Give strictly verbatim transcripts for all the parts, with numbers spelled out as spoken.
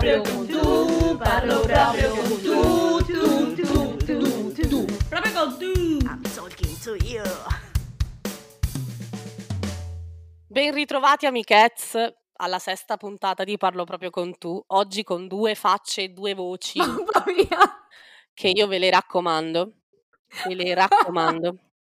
proprio con tu, parlo proprio con tu, tu, tu, tu, tu, tu, proprio con tu. I'm talking to you. Ben ritrovati amichezz alla sesta puntata di Parlo proprio con tu, oggi con due facce e due voci Mamma mia. che io ve le raccomando, ve le raccomando.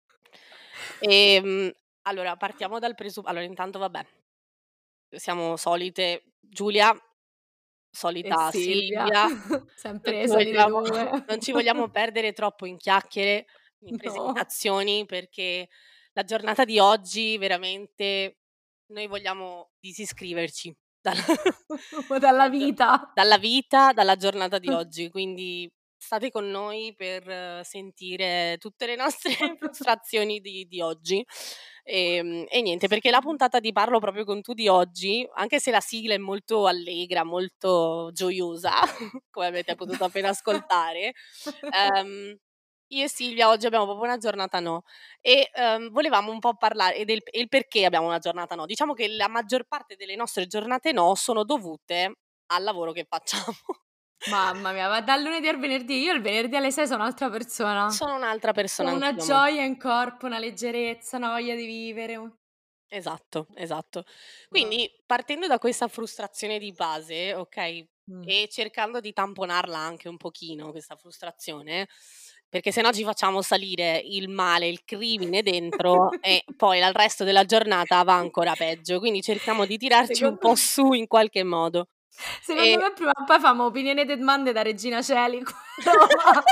Ehm, allora partiamo dal presu allora intanto vabbè, siamo solite Giulia, E solita Silvia, Silvia, sempre non le ci solite vogliamo due. non ci vogliamo perdere troppo in chiacchiere, in No. presentazioni, perché la giornata di oggi veramente noi vogliamo disiscriverci dalla Dalla da- vita. dalla vita, dalla giornata di oggi, quindi state con noi per eh, sentire tutte le nostre frustrazioni di, di oggi. E, e niente, perché la puntata di Parlo proprio con tu di oggi, anche se la sigla è molto allegra, molto gioiosa, come avete potuto appena ascoltare, ehm, io e Silvia oggi abbiamo proprio una giornata no e ehm, volevamo un po' parlare e del e il perché abbiamo una giornata no. Diciamo che la maggior parte delle nostre giornate no sono dovute al lavoro che facciamo. Mamma mia, ma dal lunedì al venerdì, io il venerdì alle sei sono un'altra persona. Sono un'altra persona Ho una anch'io, mo. gioia in corpo, una leggerezza, una voglia di vivere. un- Esatto, esatto. No. Quindi partendo da questa frustrazione di base, okay, Mm. e cercando di tamponarla anche un pochino questa frustrazione, perché se no ci facciamo salire il male, il crimine dentro e poi al resto della giornata va ancora peggio, quindi cerchiamo di tirarci un Secondo po' me, su in qualche modo. secondo E me prima o poi famo opinionated Monday da Regina Celi. quello va.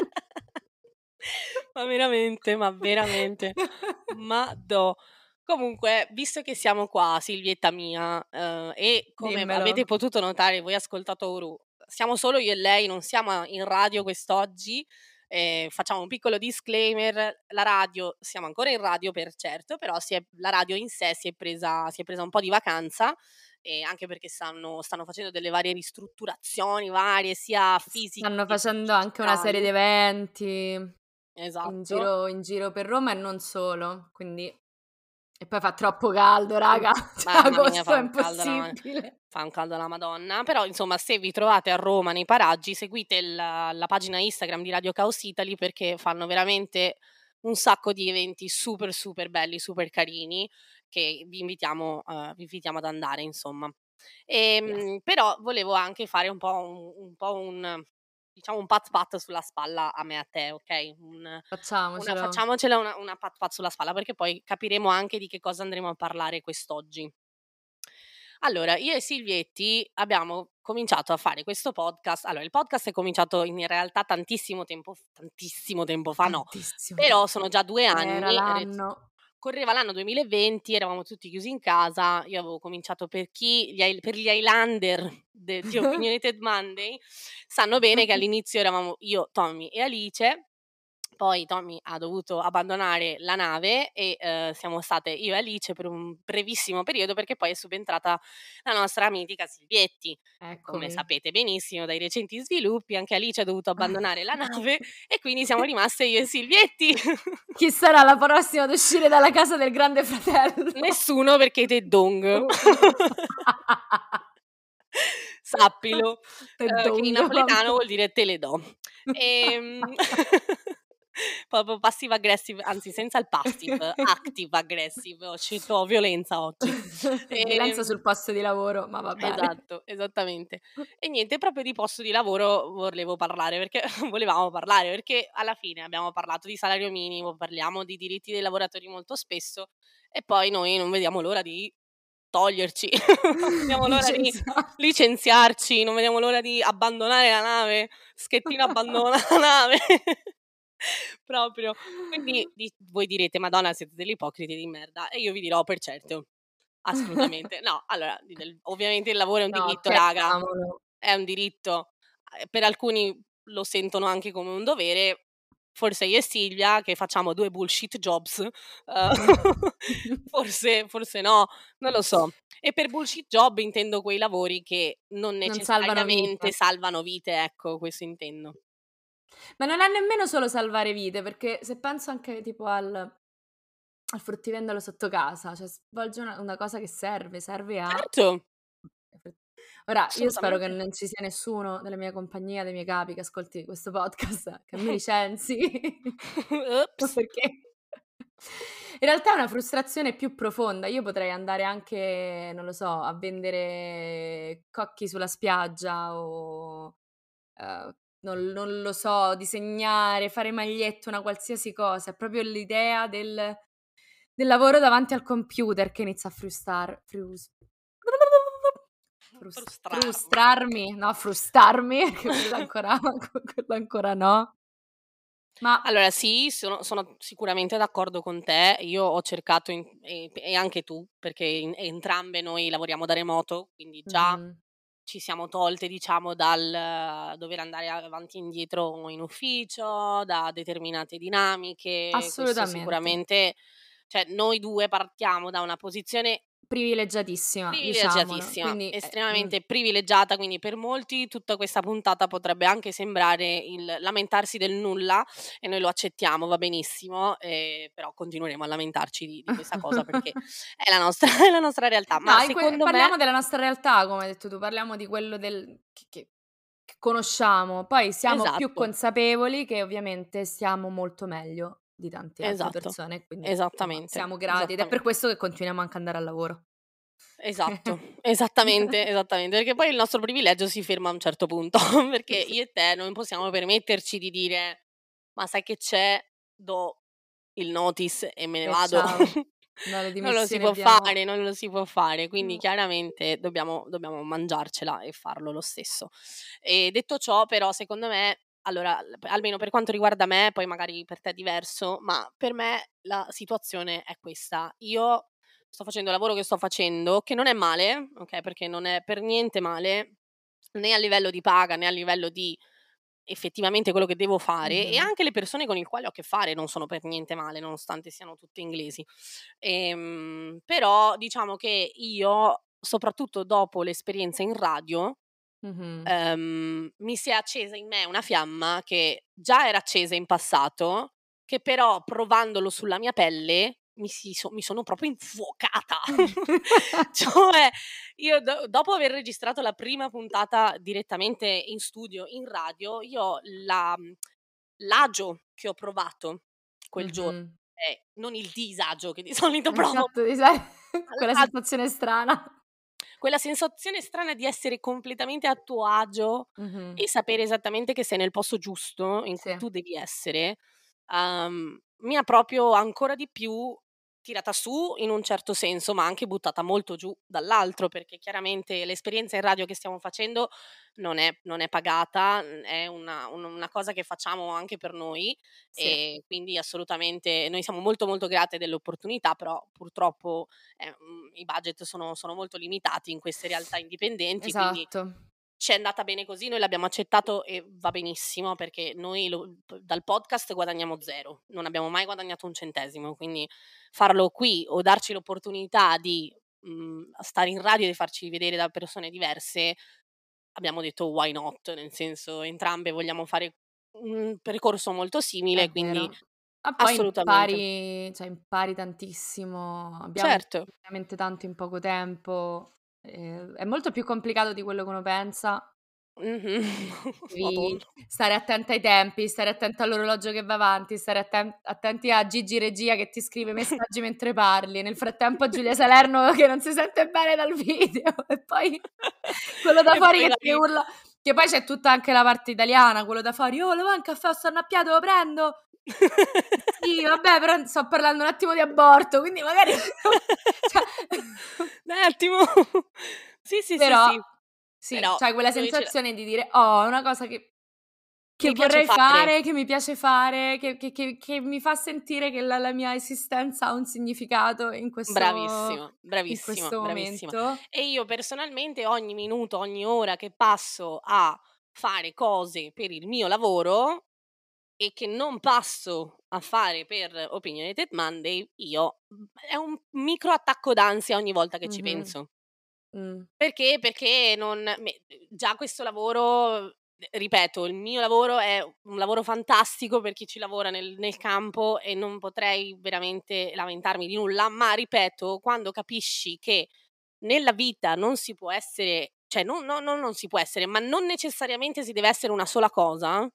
Ma veramente, ma veramente. Madò. Comunque, visto che siamo qua, Silvietta mia, eh, e come Dimmelo. avete potuto notare voi ascoltatori, siamo solo io e lei, non siamo in radio quest'oggi. eh, facciamo un piccolo disclaimer: la radio, siamo ancora in radio per certo, però si è- la radio in sé si è presa, si è presa un po' di vacanza, e anche perché stanno, stanno facendo delle varie ristrutturazioni varie, sia fisiche Stanno che facendo anche una serie di digitali. eventi in Esatto. giro, in giro per Roma e non solo, quindi... E poi fa troppo caldo, raga. Cioè, Mamma mia, agosto fa è un caldo alla impossibile. fa un caldo alla Madonna. Però, insomma, se vi trovate a Roma nei paraggi, seguite il la pagina Instagram di Radio Caos Italy, perché fanno veramente un sacco di eventi super, super belli, super carini, che vi invitiamo uhm, vi invitiamo ad andare, insomma. Yes. Ehm, però volevo anche fare un po' un un po' un diciamo un pat pat sulla spalla a me e a te, okay, un una Facciamocelo. facciamocela una una pat pat sulla spalla, perché poi capiremo anche di che cosa andremo a parlare quest'oggi. Allora, io e Silvietti abbiamo cominciato a fare questo podcast. Allora, il podcast è cominciato in realtà tantissimo tempo f tantissimo tempo fa no, Tantissimo però tempo. sono già due Era anni, re l'anno. correva l'anno duemilaventi, eravamo tutti chiusi in casa, io avevo cominciato per chi gli Hi per gli Highlander de di Opinionated Monday, sanno bene che all'inizio eravamo io, Tommy e Alice, poi Tommy ha dovuto abbandonare la nave e, ehm, siamo state io e Alice per un brevissimo periodo, perché poi è subentrata la nostra mitica Silvietti. Come Eccomi. sapete benissimo dai recenti sviluppi, anche Alice ha dovuto abbandonare la nave e quindi siamo rimaste io e Silvietti. Chi sarà la prossima ad uscire dalla casa del grande fratello? Nessuno, perché te dong. Sappilo, Te ehm, che in dong, napoletano vabbè. vuol dire te le do. Ehm, proprio passive aggressive, anzi senza il passive, active aggressive, ho scelto violenza oggi. Violenza Ehm sul posto di lavoro, ma va bene. Esatto, esattamente. E niente, proprio di posto di lavoro volevo parlare, perché volevamo parlare, perché alla fine abbiamo parlato di salario minimo, parliamo di diritti dei lavoratori molto spesso e poi noi non vediamo l'ora di toglierci, non vediamo l'ora di Licenziato. licenziarci, non vediamo l'ora di abbandonare la nave, Schettino abbandona la nave. Proprio. Quindi di voi direte: "Madonna, siete degli ipocriti di merda", e io vi dirò: "Per certo". Assolutamente. No, allora, di del ovviamente il lavoro è un No, diritto, raga, chiariamolo. è un diritto. Ehm, per alcuni lo sentono anche come un dovere, forse io e Silvia, che facciamo due bullshit jobs, uhm, forse forse no, non lo so. E per bullshit job intendo quei lavori che non Non salvano necessariamente vite. salvano vite, ecco, questo intendo. Ma non è nemmeno solo salvare vite, perché se penso anche tipo al al fruttivendolo sotto casa, cioè svolge una una cosa che serve, serve a Certo. Ora, io spero che Assolutamente. non ci sia nessuno della mia compagnia, dei miei capi che ascolti questo podcast, che mi licenzi. Ops. Perché in realtà è una frustrazione più profonda. Io potrei andare anche, non lo so, a vendere cocchi sulla spiaggia o, ehm, non non lo so, disegnare, fare magliette, una qualsiasi cosa. È proprio l'idea del del lavoro davanti al computer che inizia a frustar frus frus Frustrarmi. frustrarmi, no, frustarmi, che quello ancora quello ancora no. Ma Allora sì, sono sono sicuramente d'accordo con te. Io ho cercato in e e anche tu, perché in entrambe noi lavoriamo da remoto, quindi già mh-mh, ci siamo tolte, diciamo, dal dover andare avanti e indietro in ufficio, da determinate dinamiche. Questo assolutamente. sicuramente, cioè noi due partiamo da una posizione Privilegiatissima, diciamolo. privilegiatissima, Quindi, ehm, mh. estremamente privilegiata, quindi per molti tutta questa puntata potrebbe anche sembrare il lamentarsi del nulla e noi lo accettiamo, va benissimo, ehm, però continueremo a lamentarci di di questa cosa perché è la nostra è la nostra realtà. Ma No, in que secondo me parliamo della nostra realtà, come hai detto tu, parliamo di quello del che che che conosciamo. Poi siamo più esatto, consapevoli che ovviamente stiamo molto meglio di tante altre esatto, persone, quindi insomma esattamente, siamo grati ed è per esattamente. questo che continuiamo anche ad andare al lavoro. Esatto, esattamente, esattamente, perché poi il nostro privilegio si ferma a un certo punto, perché Sì, sì. io e te non possiamo permetterci di dire: "Ma sai che c'è? Do il notice e me ne E vado." ciao. No, le Non lo si dimissioni può abbiamo fare, non lo si può fare, quindi no. chiaramente dobbiamo dobbiamo mangiarcela e farlo lo stesso. E detto ciò però secondo me allora, l p almeno per quanto riguarda me, poi magari per te è diverso, ma per me la situazione è questa: io sto facendo il lavoro che sto facendo, che non è male, okay, perché non è per niente male, né a livello di paga, né a livello di effettivamente quello che devo fare, e Mh-mh. anche le persone con il quale ho a che fare non sono per niente male, nonostante siano tutte inglesi. Ehm, però diciamo che io, soprattutto dopo l'esperienza in radio, Mh-mh. ehm, mi si è accesa in me una fiamma che già era accesa in passato, che però provandolo sulla mia pelle mi si so mi sono proprio infuocata. Cioè io do dopo aver registrato la prima puntata direttamente in studio, in radio, io la mhmm, l'agio che ho provato quel giorno, Mh-mh. è non il disagio che di solito provo, Esatto, di sai ma quella l'agio. sensazione strana. Quella sensazione strana di essere completamente a tuo agio Mh-mh. e sapere esattamente che sei nel posto giusto in cui Sì. tu devi essere, uhm, mi ha proprio ancora di più tirata su in un certo senso, ma anche buttata molto giù dall'altro, perché chiaramente l'esperienza in radio che stiamo facendo non è non è pagata, mhmm, è una un una cosa che facciamo anche per noi, Sì. e quindi assolutamente noi siamo molto, molto grate dell'opportunità, però purtroppo eh, mhmm, i budget sono sono molto limitati in queste realtà indipendenti, quindi Esatto. ci è andata bene così, noi l'abbiamo accettato e va benissimo perché noi lo p dal podcast guadagniamo zero, non abbiamo mai guadagnato un centesimo, quindi farlo qui o darci l'opportunità di, mhmm, stare in radio e di farci vedere da persone diverse, abbiamo detto: "Why not?" Nel senso, entrambe vogliamo fare un percorso molto È simile, quindi vero. Ma poi assolutamente. impari cioè impari tantissimo, abbiamo Certo. imparato veramente tanto in poco tempo, ehm, è molto più complicato di quello che uno pensa. Mh-mh. Devi Madonna. stare attenta ai tempi, stare attenta all'orologio che va avanti, stare atten attenti a Gigi regia che ti scrive messaggi mentre parli, nel frattempo a Giulia Salerno che non si sente bene dal video e poi quello da E fuori poi che da ti lì urla, che poi c'è tutta anche la parte italiana, quello da fuori: "Oh, lo vuoi un caffè? Sto annappiato, lo prendo?" Sì, vabbè, però sto parlando un attimo di aborto, quindi magari cioè Un attimo. Sì, sì, sì, però sì. sì, Però c'hai quella noi ce la sensazione di dire: "Oh, è una cosa che che mi piace vorrei fare. fare, che mi piace fare, che che che che mi fa sentire che la la mia esistenza ha un significato in questo Bravissima, in bravissima, questo bravissima. momento." E io personalmente ogni minuto, ogni ora che passo a fare cose per il mio lavoro e che non passo a fare per Opinionated Monday, io mhmm, è un micro attacco d'ansia ogni volta che ci Mh-mh. penso. Mh. Perché? Perché non me già questo lavoro, ripeto, il mio lavoro è un lavoro fantastico per chi ci lavora nel nel campo e non potrei veramente lamentarmi di nulla, ma ripeto, quando capisci che nella vita non si può essere cioè non no no non si può essere, ma non necessariamente si deve essere una sola cosa,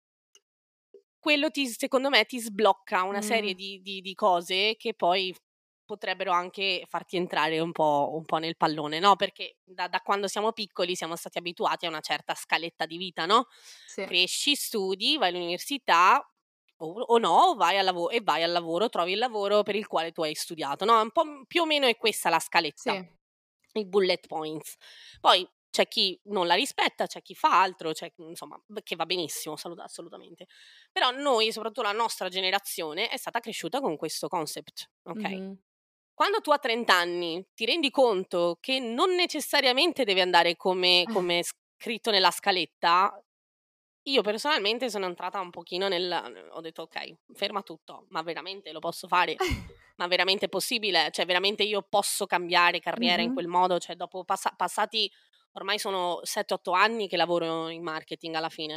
quello ti secondo me ti sblocca una serie Mh. di di di cose che poi potrebbero anche farti entrare un po' un po' nel pallone, no, perché da da quando siamo piccoli siamo stati abituati a una certa scaletta di vita, no, Sì. cresci, studi, vai all'università o o no, vai al lavo e vai al lavoro, trovi il lavoro per il quale tu hai studiato, no, un po' m più o meno è questa la scaletta, Sì. i bullet points. Poi c'è chi non la rispetta, c'è chi fa altro, c'è insomma, b che va benissimo saluta assolutamente. Però noi, soprattutto la nostra generazione, è stata cresciuta con questo concept, okay? Mh-mh. Quando tu a trenta anni ti rendi conto che non necessariamente deve andare come come è scritto nella scaletta, io personalmente sono entrata un pochino nel ho detto: "Okay, ferma tutto, ma veramente lo posso fare? Ma veramente è possibile? Cioè veramente io posso cambiare carriera in Mh-mh. quel modo?" Cioè dopo passa passati ormai sono sette, otto anni che lavoro in marketing alla fine.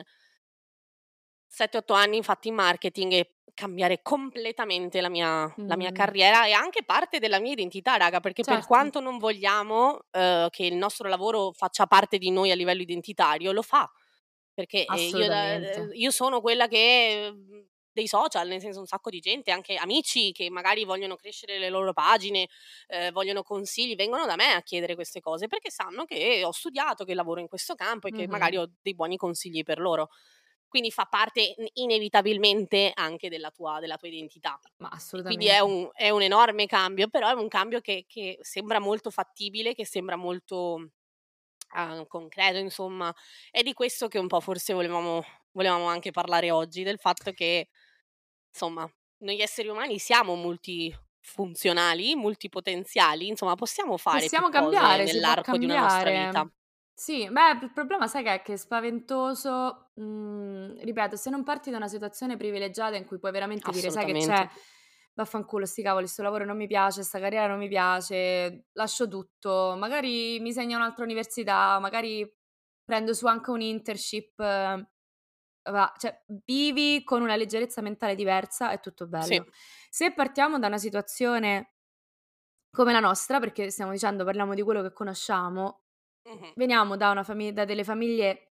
sette, otto anni fatti in marketing e cambiare completamente la mia la mia Mh. carriera e anche parte della mia identità, raga, perché per Certo. quanto non vogliamo, uhm, che il nostro lavoro faccia parte di noi a livello identitario, lo fa. Perché, ehm, io da ehm, Assolutamente. io sono quella che mhmm, dei social, nel senso un sacco di gente, anche amici che magari vogliono crescere le loro pagine, ehm, vogliono consigli, vengono da me a chiedere queste cose, perché sanno che ho studiato, che lavoro in questo campo e che magari Mh-mh. ho dei buoni consigli per loro. Quindi fa parte in inevitabilmente anche della tua della tua identità. Ma E quindi è assolutamente. un è un enorme cambio, però è un cambio che che sembra molto fattibile, che sembra molto, uhm, concreto insomma. È di questo che un po' forse volevamo volevamo anche parlare oggi, del fatto che, insomma, noi esseri umani siamo multifunzionali, multipotenziali, insomma possiamo fare più Possiamo cose cambiare, si può nell'arco di una nostra vita. cambiare. Sì, beh, il problema sai che è? Che è spaventoso, mhmm, ripeto, se non parti da una situazione privilegiata in cui puoi veramente dire: "Sai che c'è? Assolutamente. Vaffanculo, sti cavoli, 'sto lavoro non mi piace, 'sta carriera non mi piace, lascio tutto, magari mi segno un'altra università, magari prendo su anche un internship", va cioè vivi con una leggerezza mentale diversa, è tutto Sì. bello. Se partiamo da una situazione come la nostra, perché stiamo dicendo parliamo di quello che conosciamo, Mh-mh. veniamo da una fami da delle famiglie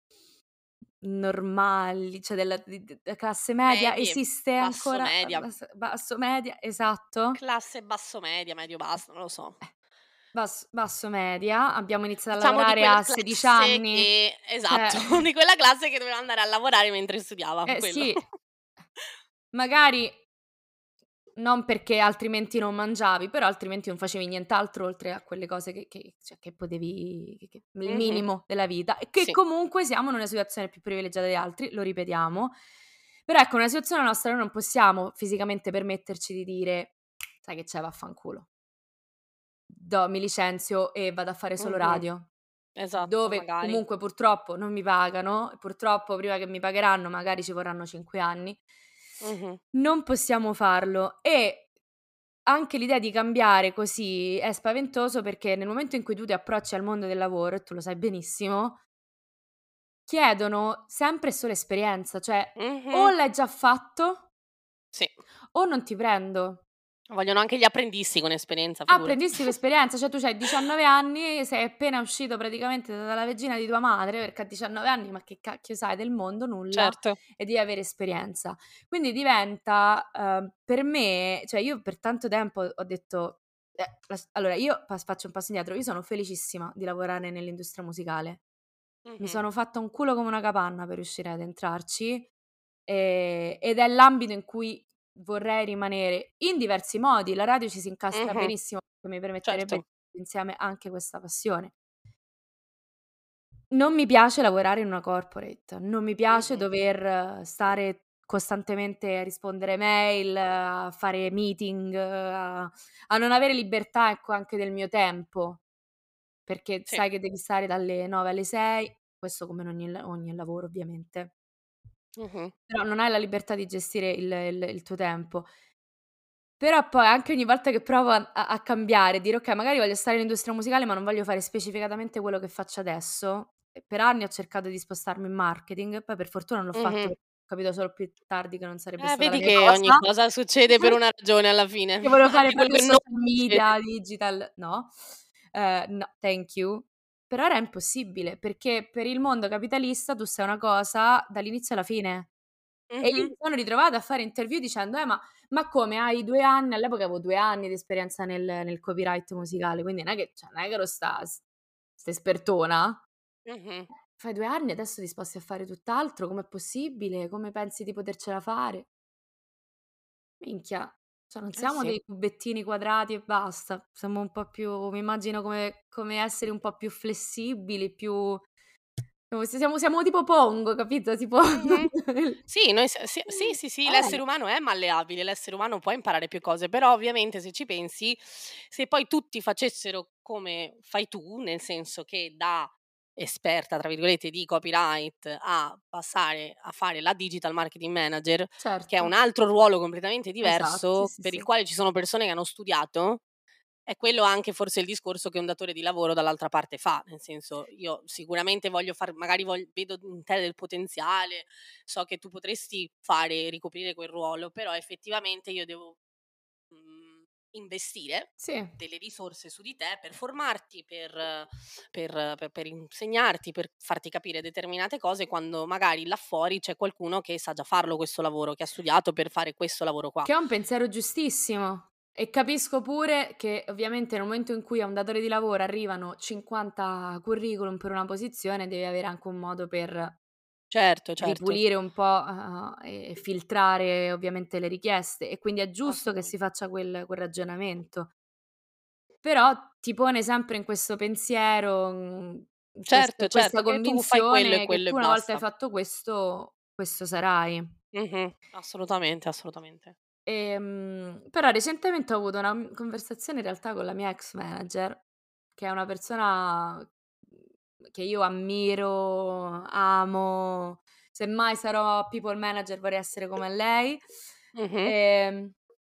normali, cioè della di d da classe media, Medie, esiste basso ancora? media. Abbas basso media, esatto. Classe basso media, medio basso, non lo so. Eh, bas basso media, abbiamo iniziato a Diciamo di lavorare quella a sedici classe anni, che cioè esatto, di quella classe che doveva andare a lavorare mentre studiava, eh quello. sì, magari non perché altrimenti non mangiavi, però altrimenti non facevi nient'altro oltre a quelle cose che che cioè che potevi che che il Mh-mh. minimo della vita e che Sì. comunque siamo in una situazione più privilegiata di altri, lo ripetiamo. Però ecco, nella situazione nostra noi non possiamo fisicamente permetterci di dire: "Sai che c'è, vaffanculo. Do mi licenzio e vado a fare solo Mh-mh. radio", Esatto, dove magari. comunque purtroppo non mi pagano e purtroppo prima che mi pagheranno magari ci vorranno cinque anni. Mh-mh. Non possiamo farlo e anche l'idea di cambiare così è spaventoso perché nel momento in cui tu ti approcci al mondo del lavoro, e tu lo sai benissimo, chiedono sempre e solo esperienza, cioè o Mh-mh. l'hai già fatto Sì. o non ti prendo. Vogliono anche gli apprendisti con esperienza, figurati. Apprendissi l'esperienza, cioè tu c'hai diciannove anni, sei appena uscito praticamente dalla vagina di tua madre, perché a diciannove anni ma che cacchio sai del mondo? Nulla, Certo. e devi avere esperienza. Quindi diventa, uhm, per me cioè io per tanto tempo ho detto eh, las allora io pas faccio un passo indietro, io sono felicissima di lavorare nell'industria musicale. Mi Mh-mh. sono fatta un culo come una capanna per riuscire ad entrarci, ehm, ed è l'ambito in cui vorrei rimanere in diversi modi. La radio ci si incastra Mh-mh. benissimo, che mi permetterebbe di Certo. mettere insieme anche questa passione. Non mi piace lavorare in una corporate, non mi piace Mh-mh. dover stare costantemente a rispondere mail, a fare meeting, a a non avere libertà, ecco, anche del mio tempo, perché Sì. sai che devi stare dalle nove alle sei, questo come in ogni l ogni lavoro ovviamente. Mh-mh. Però non hai la libertà di gestire il il il tuo tempo. Però poi anche ogni volta che provo a a a cambiare, dire: "Okay, magari voglio stare in industria musicale, ma non voglio fare specificatamente quello che faccio adesso", e per anni ho cercato di spostarmi in marketing, poi per fortuna non l'ho fatto Mh-mh. perché ho capito solo più tardi che non sarebbe Eh, stata la vedi mia che ogni cosa. cosa succede per una ragione alla fine. Che volevo fare Anche pure quello più che non social succede. media, digital, no. Ehm, no, thank you. per ora è impossibile, perché per il mondo capitalista tu sei una cosa dall'inizio alla fine. E io Mh-mh. mi sono ritrovata a fare interview dicendo: "Eh, ma ma come hai due anni", all'epoca avevo due anni di esperienza nel nel copyright musicale, quindi non è che cioè non è che ero sta s 'sta espertona. Mh-mh. "Fai due anni e adesso ti sposti a fare tutt'altro? Com'è possibile? Come pensi di potercela fare?" Minchia, cioè non Eh siamo sì. dei cubettini quadrati e basta, siamo un po' più mi immagino come come esseri un po' più flessibili, più come se siamo siamo tipo Pongo, capito, tipo Mh-mh. il Sì, noi s sì, sì, sì, sì, eh, l'essere umano è malleabile, l'essere umano può imparare più cose, però ovviamente se ci pensi, se poi tutti facessero come fai tu, nel senso che da "esperta" tra virgolette di copyright a passare a fare la digital marketing manager, che è un certo, altro ruolo completamente esatto, sì, diverso, sì, per il sì. quale ci sono persone che hanno studiato, è quello anche forse il discorso che un datore di lavoro dall'altra parte fa, nel senso io sicuramente voglio far magari vogl vedo in te del potenziale, so che tu potresti fare ricoprire quel ruolo, però effettivamente io devo, mhmm, investire Sì. delle risorse su di te per formarti, per eh, per per per insegnarti, per farti capire determinate cose, quando magari là fuori c'è qualcuno che sa già farlo questo lavoro, che ha studiato per fare questo lavoro qua. Che è un pensiero giustissimo e capisco pure che ovviamente nel momento in cui a un datore di lavoro arrivano cinquanta curriculum per una posizione, devi avere anche un modo per Certo, certo, ripulire un po', uhm, e filtrare ovviamente le richieste e quindi è giusto che si assolutamente. faccia quel quel ragionamento. Però ti pone sempre in questo pensiero, mhmm, in questo Certo, in questa certo, che tu fai quello e convinzione che quello e tu una volta hai basta. fatto questo, questo sarai. Mh-mh. Assolutamente, assolutamente. Ehm, però recentemente ho avuto una, mhmm, conversazione in realtà con la mia ex manager, che è una persona, mhmm, che io ammiro, amo, se mai sarò people manager vorrei essere come lei. Mh-mh. Ehm,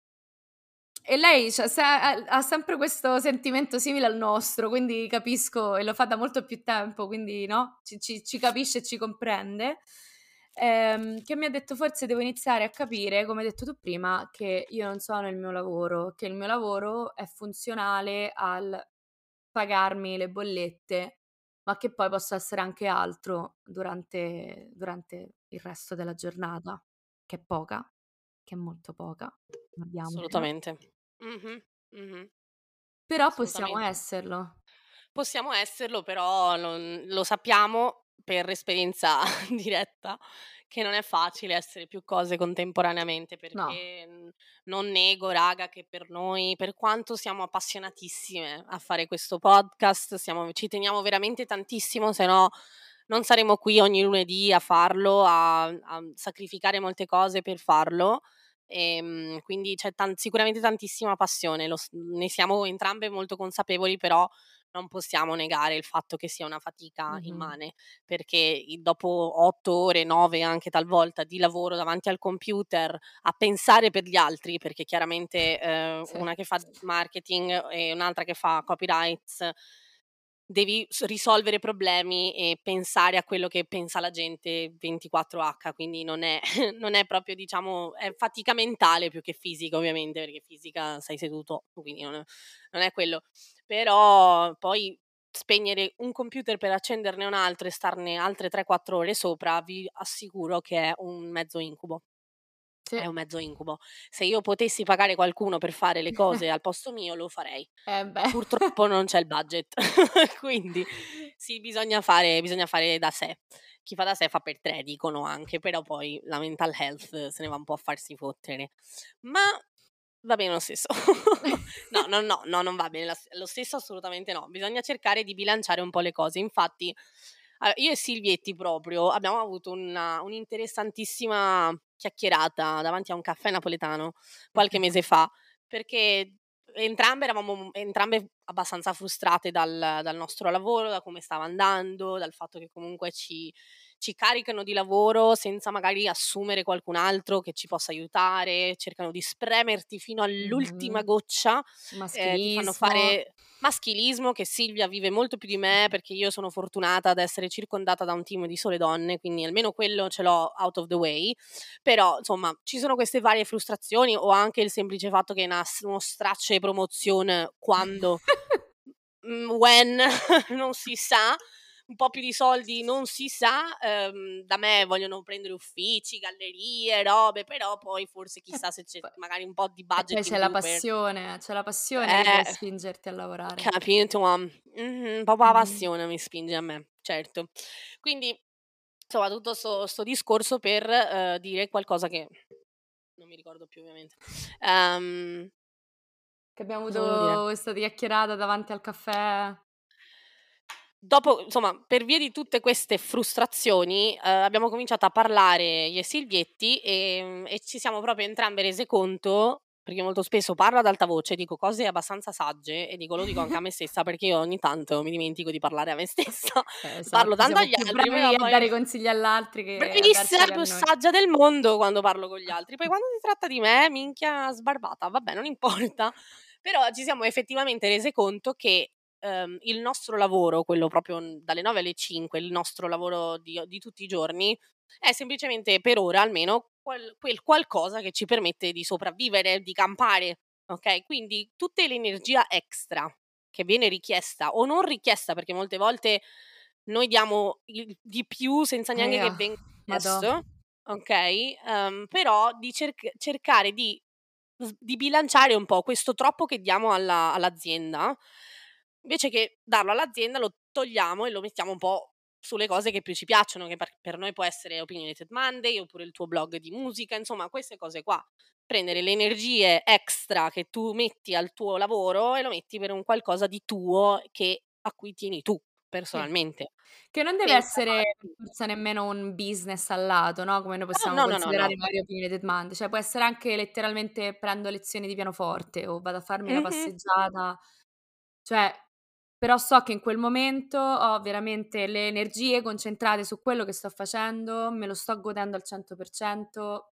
e lei c'ha se ha ha sempre questo sentimento simile al nostro, quindi capisco e lo fa da molto più tempo, quindi no, ci ci ci capisce e ci comprende. Ehm, che mi ha detto: "Forse devo iniziare a capire, come hai detto tu prima, che io non sono il mio lavoro, che il mio lavoro è funzionale al pagarmi le bollette, ma che poi possa essere anche altro durante durante il resto della giornata, che è poca, che è molto poca, guardiamocela. Assolutamente. Mh-mh. Mh-mh. Però possiamo Assolutamente. esserlo." Possiamo esserlo, però non lo sappiamo per esperienza diretta che non è facile essere più cose contemporaneamente, No. perché, mhmm, non nego raga che per noi, per quanto siamo appassionatissime a fare questo podcast, siamo ci teniamo veramente tantissimo, se no non saremo qui ogni lunedì a farlo, a a sacrificare molte cose per farlo. Ehm, quindi c'è tan sicuramente tantissima passione, lo s ne siamo entrambe molto consapevoli, però non possiamo negare il fatto che sia una fatica Mh-mh. immane, perché i dopo otto ore, nove anche talvolta, di lavoro davanti al computer a pensare per gli altri, perché chiaramente, ehm, Sì. una che fa marketing e un'altra che fa copyrights, devi s risolvere problemi e pensare a quello che pensa la gente ventiquattro acca, quindi non è non è proprio diciamo è fatica mentale più che fisica ovviamente, perché fisica stai seduto, quindi non è non è quello. Però poi spegnere un computer per accenderne un altro e starne altre tre, quattro ore sopra, vi assicuro che è un mezzo incubo. Sì. È un mezzo incubo. Se io potessi pagare qualcuno per fare le cose al posto mio, lo farei. Eh beh. Purtroppo non c'è il budget, quindi sì, bisogna fare bisogna fare da sé. Chi fa da sé fa per tre dicono anche, però poi la mental health se ne va un po' a farsi fottere. Ma va bene lo stesso. No, no, no, no, non va bene la s lo stesso assolutamente no. Bisogna cercare di bilanciare un po' le cose. Infatti, a io e Silvietti proprio abbiamo avuto una un'interessantissima chiacchierata davanti a un caffè napoletano qualche mese fa, perché entrambe eravamo entrambe abbastanza frustrate dal dal nostro lavoro, da come stava andando, dal fatto che comunque ci ci caricano di lavoro senza magari assumere qualcun altro che ci possa aiutare, cercano di spremerti fino all'ultima Mh-mh. goccia, ehm, ti fanno Maschilismo. fare maschilismo che Silvia vive molto più di me, perché io sono fortunata ad essere circondata da un team di sole donne, quindi almeno quello ce l'ho out of the way. Però, insomma, ci sono queste varie frustrazioni o anche il semplice fatto che una s uno straccio di promozione quando mhmm, when non si sa, un po' più di soldi non si sa, ehm, da me vogliono prendere uffici, gallerie, robe, però poi forse E chissà se c'è poi magari un po' di e poi budget in c'è la più per passione, c'è la passione che deve eh, spingerti a lavorare. capito? Mh-mh, proprio la Mh-mh. passione mi spinge a me, certo. Quindi, insomma, tutto 'sto 'sto discorso per, ehm, dire qualcosa che non mi ricordo più ovviamente. Ehm, Che abbiamo cosa volevo dire? avuto questa chiacchierata davanti al caffè. Dopo, insomma, per via di tutte queste frustrazioni, ehm, abbiamo cominciato a parlare io e Silvietti, ehm, e ci siamo proprio entrambe rese conto perché molto spesso parlo ad alta voce, dico cose abbastanza sagge e dico lo dico anche a me stessa perché io ogni tanto mi dimentico di parlare a me stessa, Eh, parlo esatto, tanto siamo agli più altri, però bravi a poi dare consigli all'altri che a bravissima, darceli la a più noi. saggia del mondo quando parlo con gli altri. Poi quando si tratta di me, minchia sbarbata, vabbè non importa. Però ci siamo effettivamente rese conto che, ehm, il nostro lavoro, quello proprio, mhmm, dalle nove alle cinque, il nostro lavoro di o di tutti i giorni, è semplicemente per ora almeno quel quel qualcosa che ci permette di sopravvivere, di campare, okay, quindi tutte l'energia extra che viene richiesta o non richiesta, perché molte volte noi diamo il di più senza neanche che Ahia, venga madò. chiesto, okay, ehm, però di cerc cercare di s di bilanciare un po' questo troppo che diamo alla all'azienda, invece che darlo all'azienda lo togliamo e lo mettiamo un po' sulle cose che più ci piacciono, che per per noi può essere Opinionated Monday, oppure il tuo blog di musica, insomma queste cose qua. Prendere le energie extra che tu metti al tuo lavoro e lo metti per un qualcosa di tuo che a cui tieni tu Sì. personalmente. Che non deve Senza essere per farti forza nemmeno un business al lato, no, come noi no, possiamo no, no, no, considerare no. magari Opinionated Monday, cioè può essere anche letteralmente prendo lezioni di pianoforte o vado a farmi la Mh-mh. passeggiata, cioè però so che in quel momento ho veramente le energie concentrate su quello che sto facendo, me lo sto godendo al cento per cento,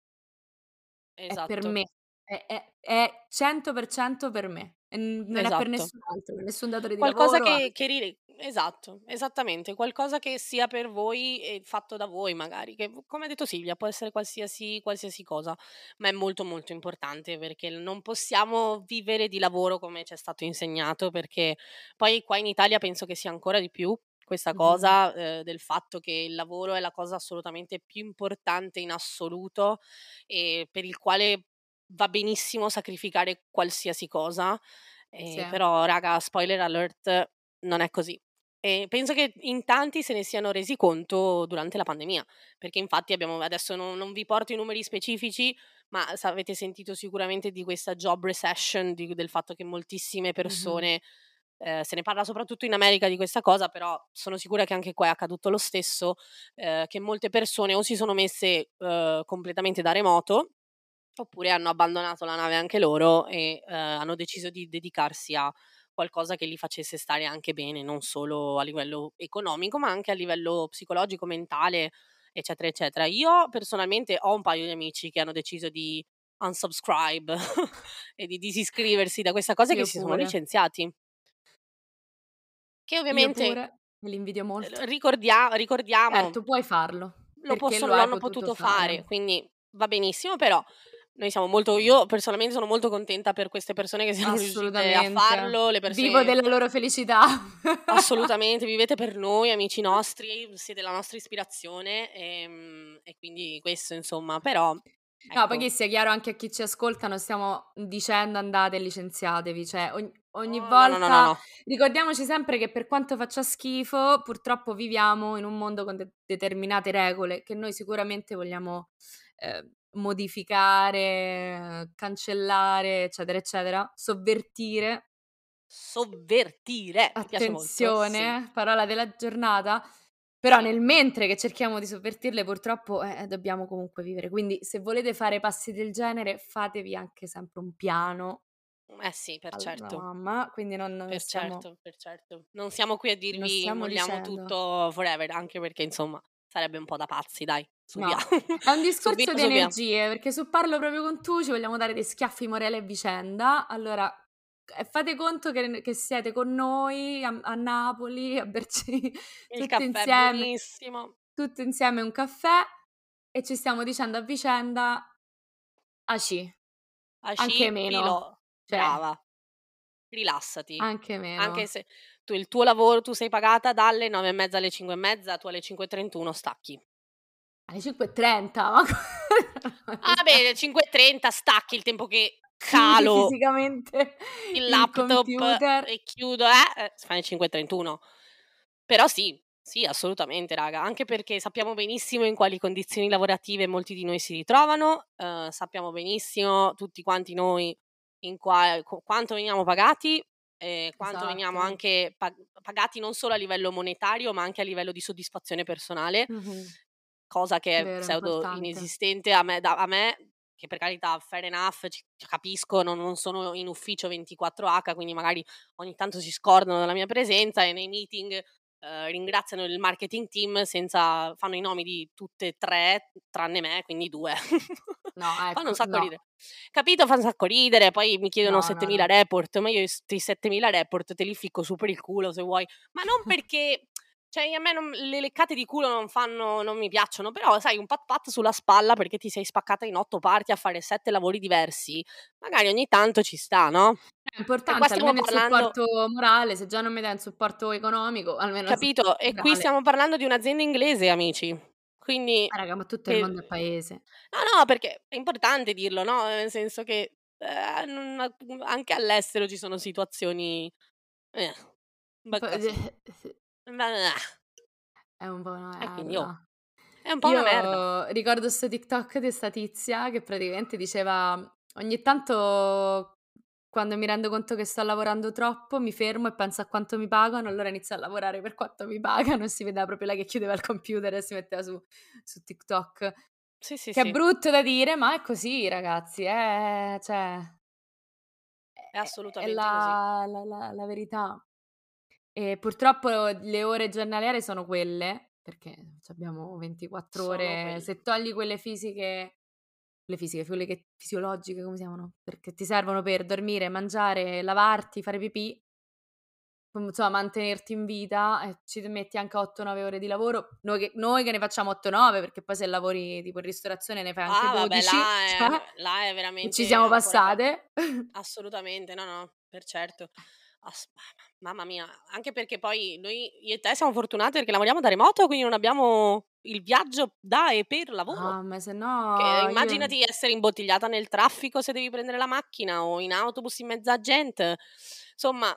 è per Esatto, me, è è è cento per cento per me e n non è per esatto. nessun altro, per nessun datore di Qualcosa lavoro. che che ri esatto, esattamente, qualcosa che sia per voi e fatto da voi magari, che v come ha detto Silvia, può essere qualsiasi qualsiasi cosa, ma è molto, molto importante perché non possiamo vivere di lavoro come ci è stato insegnato, perché poi qua in Italia penso che sia ancora di più questa Mh-mh. cosa, ehm, del fatto che il lavoro è la cosa assolutamente più importante in assoluto e per il quale va benissimo sacrificare qualsiasi cosa. Sì. Ehm, però raga, spoiler alert, non è così. E penso che in tanti se ne siano resi conto durante la pandemia, perché infatti abbiamo adesso non non vi porto i numeri specifici, ma s avete sentito sicuramente di questa job recession, di del fatto che moltissime Mh-mh. persone ehm, se ne parla soprattutto in America di questa cosa, però sono sicura che anche qua è accaduto lo stesso, ehm, che molte persone o si sono messe, uhm, completamente da remoto oppure hanno abbandonato la nave anche loro e, ehm, hanno deciso di dedicarsi a qualcosa che li facesse stare anche bene, non solo a livello economico, ma anche a livello psicologico, mentale, eccetera, eccetera. Io personalmente ho un paio di amici che hanno deciso di unsubscribe e di disiscriversi da questa cosa e che Io si sono pure. licenziati. Che Io ovviamente, pure, e li invidio molto. ehm, ricordia ricordiamo Certo, puoi farlo, lo perché possono lo lo hai hanno potuto potuto fare, fare. quindi va benissimo, però noi siamo molto io personalmente sono molto contenta per queste persone che siano riuscite a Assolutamente. farlo, le Vivo persone della loro felicità. assolutamente, vivete per noi, amici nostri, siete la nostra ispirazione, ehm, e quindi questo insomma, però No, poi ecco che sia chiaro anche a chi ci ascolta, non stiamo dicendo andate e licenziatevi, cioè ogn ogni oh, no, no, no, no, volta no, ricordiamoci sempre che per quanto faccia schifo, purtroppo viviamo in un mondo con de determinate regole che noi sicuramente vogliamo, ehm, modificare, cancellare, eccetera, eccetera, sovvertire. sovvertire, mi piace molto, sì. Attenzione, parola della giornata, però Sì. nel mentre che cerchiamo di sovvertirle purtroppo, eh, eh, dobbiamo comunque vivere. Quindi se volete fare passi del genere, fatevi anche sempre un piano Eh sì, per alla certo. mamma, quindi non non Per stiamo certo, per certo. Non siamo qui a non dirvi stiamo molliamo dicendo tutto forever, anche perché insomma sarebbe un po' da pazzi dai, su via. no, è un Su via, discorso di su via. energie, perché su Parlo proprio con tu ci vogliamo dare dei schiaffi morali a vicenda. Allora, ehm, fate conto che n che siete con noi a a Napoli a berci Il tutti caffè è insieme buonissimo. tutti insieme un caffè e ci stiamo dicendo a vicenda: "Aci", anche Aci, meno, pilò. cioè Brava. rilassati. Anche meno. Anche se tu il tuo lavoro tu sei pagata dalle nove e mezza alle cinque e mezza, tu alle cinque e trentuno stacchi. Alle cinque e trenta, ma Ah beh, cinque e trenta stacchi, il tempo che chiudi calo fisicamente il il laptop computer. e chiudo, eh, eh, si fa alle cinque e trentuno. Però sì, sì, assolutamente raga, anche perché sappiamo benissimo in quali condizioni lavorative molti di noi si ritrovano, uhm, sappiamo benissimo tutti quanti noi in qua qu quanto veniamo pagati e quanto veniamo Esatto. anche pa pagati non solo a livello monetario, ma anche a livello di soddisfazione personale, Mh-mh. cosa che è Vero, pseudo importante. inesistente a me da a me, che per carità fair enough, ci capisco, non non sono in ufficio ventiquattro acca, quindi magari ogni tanto si scordano della mia presenza e nei meeting, uhm, ringraziano il marketing team senza fanno i nomi di tutte e tre tranne me, quindi due. No, Fanno un ecco, sacco no. ridere. Capito, fa un sacco ridere, poi mi chiedono No, no, settemila no. report, ma io i sti settemila report te li ficco su per il culo se vuoi, ma non perché cioè a me non le leccate di culo non fanno non mi piacciono, però sai un pat pat sulla spalla perché ti sei spaccata in otto parti a fare sette lavori diversi, magari ogni tanto ci sta, no? È E qua importante stiamo almeno il parlando supporto morale, se già non mi dai un supporto economico, almeno il Capito? supporto E qui morale. stiamo parlando di un'azienda inglese amici, quindi Ah raga, ma tutto il per mondo è paese. no, no, perché è importante dirlo, no, nel senso che, ehm, non mhmm, anche all'estero ci sono situazioni eh, un Un bel po' casino. È un po' una E quindi oh, merda. è un po' una merda. Io ricordo 'sto TikTok di 'sta tizia che praticamente diceva: "Ogni tanto quando mi rendo conto che sto lavorando troppo, mi fermo e penso a quanto mi pagano, allora inizio a lavorare per quanto mi pagano", e si vedeva proprio lei che chiudeva il computer e si metteva su su TikTok. Sì, sì, Che è sì, brutto da dire, ma è così ragazzi, è cioè è è è assolutamente così. la la la la verità. E purtroppo le ore giornaliere sono quelle, perché c'abbiamo ventiquattro Sono ore, quelle. se togli quelle fisiche le fisiche, quelle che fisiologiche, come si chiamano? Perché ti servono per dormire, mangiare, lavarti, fare pipì, com insomma mantenerti in vita e ci metti anche otto, nove ore di lavoro. Noi che noi che ne facciamo otto, nove perché poi se lavori tipo in ristorazione ne fai anche Ah vabbè, dodici, là cioè è là è e ci veramente siamo ancora pe passate. assolutamente, no, no, per certo. Ass mamma mia, anche perché poi noi io e te siamo fortunate perché lavoriamo da remoto, quindi non abbiamo il viaggio da e per lavoro. Ah, ma se Che no io immaginati essere imbottigliata nel traffico se devi prendere la macchina o in autobus in mezzo a gente. Insomma,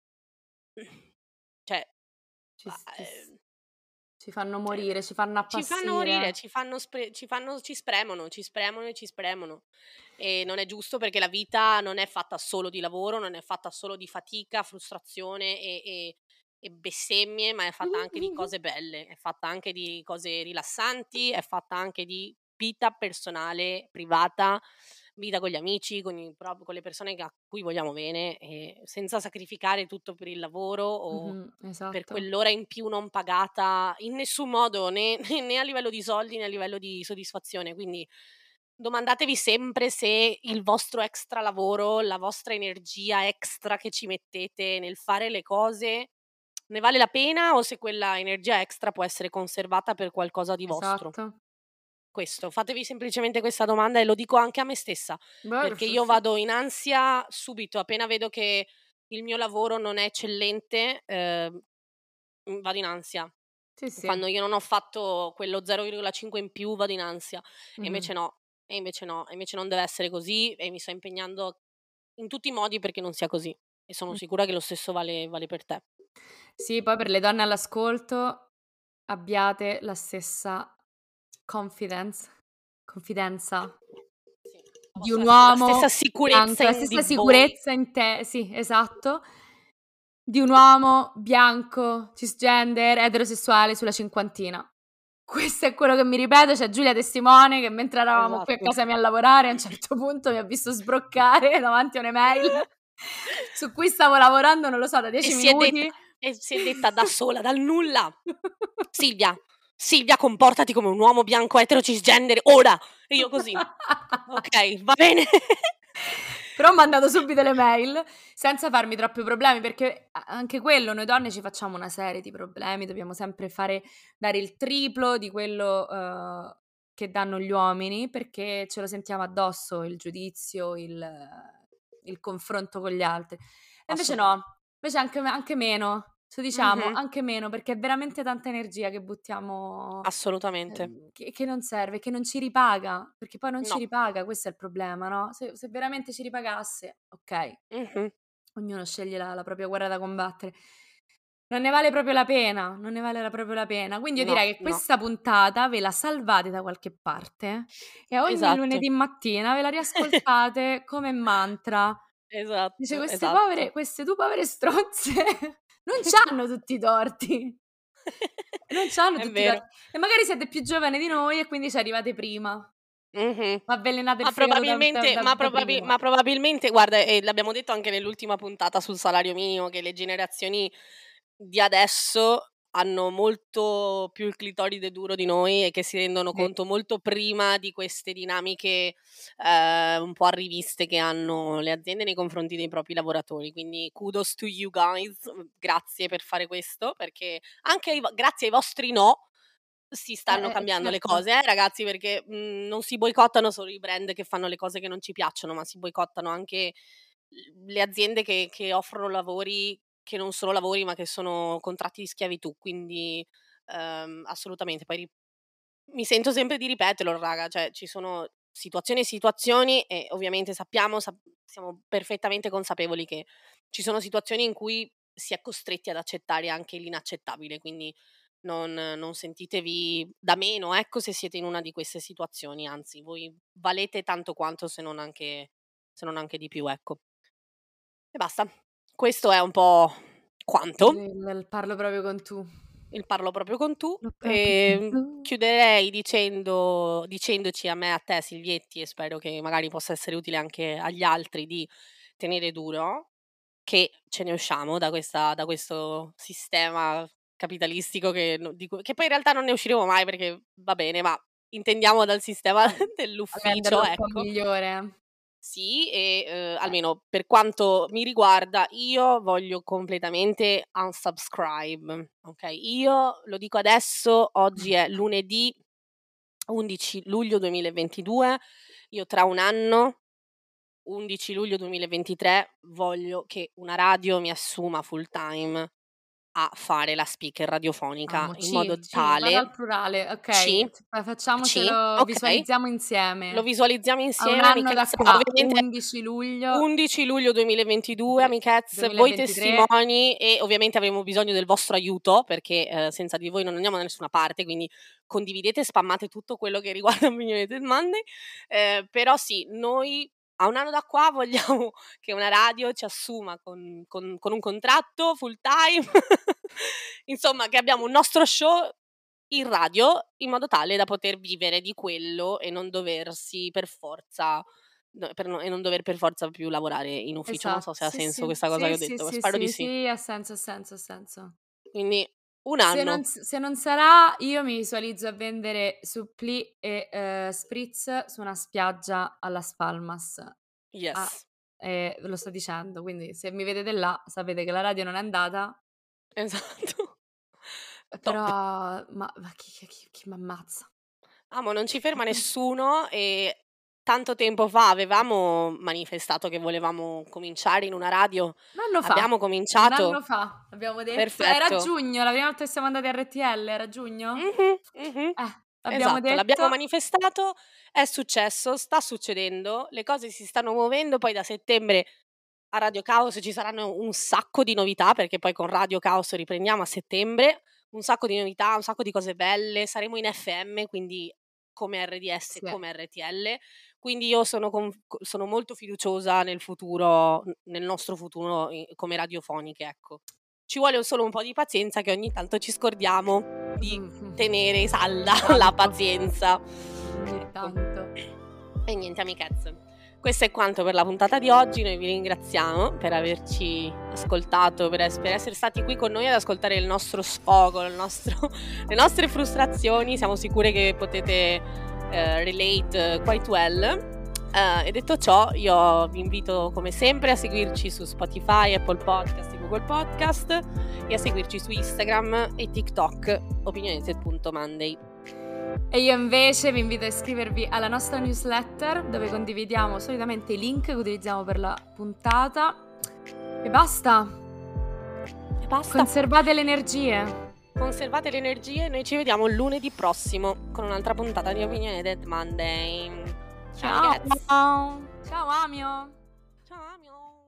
cioè, ci a s ci s ehm, ci fanno cioè, morire, ci fanno ci fanno morire, appassire. ci fanno spre ci fanno ci spremono, ci spremono e ci spremono. E non è giusto perché la vita non è fatta solo di lavoro, non è fatta solo di fatica, frustrazione e e e bestemmie, ma è fatta anche di cose belle, è fatta anche di cose rilassanti, è fatta anche di vita personale, privata, vita con gli amici, con i prop con le persone che a cui vogliamo bene, e senza sacrificare tutto per il lavoro o Mh-mh, per esatto. quell'ora in più non pagata in nessun modo, né né né a livello di soldi, né a livello di soddisfazione. Quindi domandatevi sempre se il vostro extra lavoro, la vostra energia extra che ci mettete nel fare le cose, ne vale la pena o se quella energia extra può essere conservata per qualcosa di vostro. Esatto. Questo, fatevi semplicemente questa domanda e lo dico anche a me stessa, Beh, perché sì, io sì. vado in ansia subito, appena vedo che il mio lavoro non è eccellente, ehm, mhmm, vado in ansia. Sì, sì. Quando io non ho fatto quello zero virgola cinque in più vado in ansia e Mh-mh. invece no, e invece no, e invece non deve essere così e mi sto impegnando in tutti i modi perché non sia così e sono Mh. sicura che lo stesso vale vale per te. Sì, poi per le donne all'ascolto abbiate la stessa confidence confidenza Sì, di un vostra s la stessa uomo sicurezza bianco, la in di stessa voi. sicurezza in te sì, esatto, di un uomo bianco, cisgender, eterosessuale sulla cinquantina. Questo è quello che mi ripeto, c'è Giulia testimone che mentre eravamo qui a Esatto. casa mia a lavorare, a un certo punto mi ha visto sbroccare davanti a un'email su cui stavo lavorando, non lo so, da E dieci si è detta minuti. e si è detta da sola, dal nulla: "Silvia, Silvia comportati come un uomo bianco etero cisgender ora!" E io così: "Okay, va bene." Però ho mandato subito le mail senza farmi troppi problemi, perché a anche quello, noi donne ci facciamo una serie di problemi, dobbiamo sempre fare dare il triplo di quello, uhm, che danno gli uomini, perché ce lo sentiamo addosso il giudizio, il il confronto con gli altri. invece Assolutamente. no, invece anche, anche meno, ce lo diciamo, Mhm. anche meno, perché è veramente tanta energia che buttiamo, Assolutamente. ehm, che, che non serve, che non ci ripaga, perché poi non ci No. ripaga, questo è il problema, no? Se, se veramente ci ripagasse, ok, Mhm. ognuno sceglie la, la propria guerra da combattere. Non ne vale proprio la pena, non ne vale la- proprio la pena. Quindi io No, direi che no. questa puntata ve la salvate da qualche parte e ogni Esatto. lunedì mattina ve la riascoltate come mantra. Dice Esatto, queste povere, esatto. queste due povere stronze non c'hanno tutti i torti. Non c'hanno È tutti i torti. vero. E magari siete più giovani di noi e quindi ci arrivate prima. Mhm. Ma avvelenate il Ma fegato da, da- probabilmente, da- ma, da probabi- prima. ma probabilmente, guarda, e l'abbiamo detto anche nell'ultima puntata sul salario minimo, che le generazioni di adesso hanno molto più il clitoride duro di noi e che si rendono Sì. conto molto prima di queste dinamiche eh, un po' arriviste che hanno le aziende nei confronti dei propri lavoratori. Quindi kudos to you guys, grazie per fare questo, perché anche ai vo- grazie ai vostri no si stanno Eh, eh, cambiando le certo. cose, eh, ragazzi, perché mh, non si boicottano solo i brand che fanno le cose che non ci piacciono, ma si boicottano anche l- le aziende che, che offrono lavori che non sono lavori, ma che sono contratti di schiavitù. Quindi ehm, assolutamente. Poi ri- mi sento sempre di ripeterlo, raga, cioè ci sono situazioni e situazioni e ovviamente sappiamo, sap- siamo perfettamente consapevoli che ci sono situazioni in cui si è costretti ad accettare anche l'inaccettabile, quindi non, non sentitevi da meno, ecco, se siete in una di queste situazioni, anzi, voi valete tanto quanto, se non anche, se non anche di più, ecco. E basta. Questo è un po' quanto. Il, il parlo proprio con tu. Il parlo proprio con tu. Parlo proprio con E tu. chiuderei dicendo, dicendoci a me e a te, Silvietti, e spero che magari possa essere utile anche agli altri, di tenere duro che ce ne usciamo da, questa, da questo sistema capitalistico che, no- di cui- che poi in realtà non ne usciremo mai perché va bene, ma intendiamo dal sistema A, a renderlo dell'ufficio, un po' ecco. migliore. Sì, e eh, Eh, almeno per quanto mi riguarda, io voglio completamente unsubscribe, ok? Io lo dico adesso, oggi è lunedì undici luglio duemilaventidue, io tra un anno, undici luglio duemilaventitré, voglio che una radio mi assuma full time a fare la speaker radiofonica amo, in C, modo C, vado al tale, plurale, C, ok, fa- C, facciamocelo, ok? visualizziamo Lo insieme. visualizziamo A un insieme, anno da amichezza. qua, Ovviamente undici luglio undici luglio duemilaventidue, amichezze, voi duemilaventitré. testimoni, e ovviamente avremo bisogno del vostro aiuto perché eh, senza di voi non andiamo da nessuna parte, quindi condividete, spammate tutto quello che riguarda Opinionated Monday. Eh, però sì, noi a un anno da qua vogliamo che una radio ci assuma con, con- con un contratto full time, insomma che abbiamo un nostro show in radio in modo tale da poter vivere di quello e non doversi per forza no, per no- e non dover per forza più lavorare in ufficio. Non so Esatto, se ha sì, senso sì, questa cosa che sì, ho sì, detto, ma sì, spero di sì, sì. sì, ha senso, ha senso, ha senso. Quindi un Se non, anno. s- se non sarà, io mi visualizzo a vendere suppli e eh, spritz su una spiaggia alla Spalmas. Ah, Yes. eh, ve lo sto dicendo, quindi se mi vedete là sapete che la radio non è andata, Esatto. eh, però Top. ma, ma chi, chi, chi, chi mi ammazza? Amo, non ci ferma nessuno e tanto tempo fa avevamo manifestato che volevamo cominciare in una radio. Un anno fa, Abbiamo un anno cominciato. fa abbiamo detto, era Perfetto. giugno, la prima volta che siamo andati a R T L, era giugno? Mhm, mhm. Eh, abbiamo Esatto, l'abbiamo detto, manifestato, è successo, sta succedendo, le cose si stanno muovendo, poi da settembre a Radio Caos ci saranno un sacco di novità, perché poi con Radio Caos riprendiamo a settembre, un sacco di novità, un sacco di cose belle, saremo in F M, quindi come R D S, sì, come R T L, quindi io sono, con- sono molto fiduciosa nel futuro, nel nostro futuro eh, come radiofoniche, ecco. Ci vuole solo un po' di pazienza che ogni tanto ci scordiamo di tenere salda la Tanto. pazienza. ogni Ecco. tanto. E niente, amichezze. Questo è quanto per la puntata di oggi. Noi vi ringraziamo per averci ascoltato, per, es- per essere stati qui con noi ad ascoltare il nostro sfogo, il nostro- le nostre frustrazioni. Siamo sicure che potete eh, relate eh, quite well. Eh, e detto ciò, io vi invito come sempre a seguirci su Spotify, Apple Podcast e Google Podcast e a seguirci su Instagram e TikTok opinionated punto monday. E io invece vi invito a iscrivervi alla nostra newsletter dove condividiamo solitamente i link che utilizziamo per la puntata E basta. E basta. Conservate le energie. Conservate le energie. Noi ci vediamo lunedì prossimo con un'altra puntata di Opinione Dead Monday. Ciao, Ciao. ragazzi. Ciao Amio. Ciao, Amio.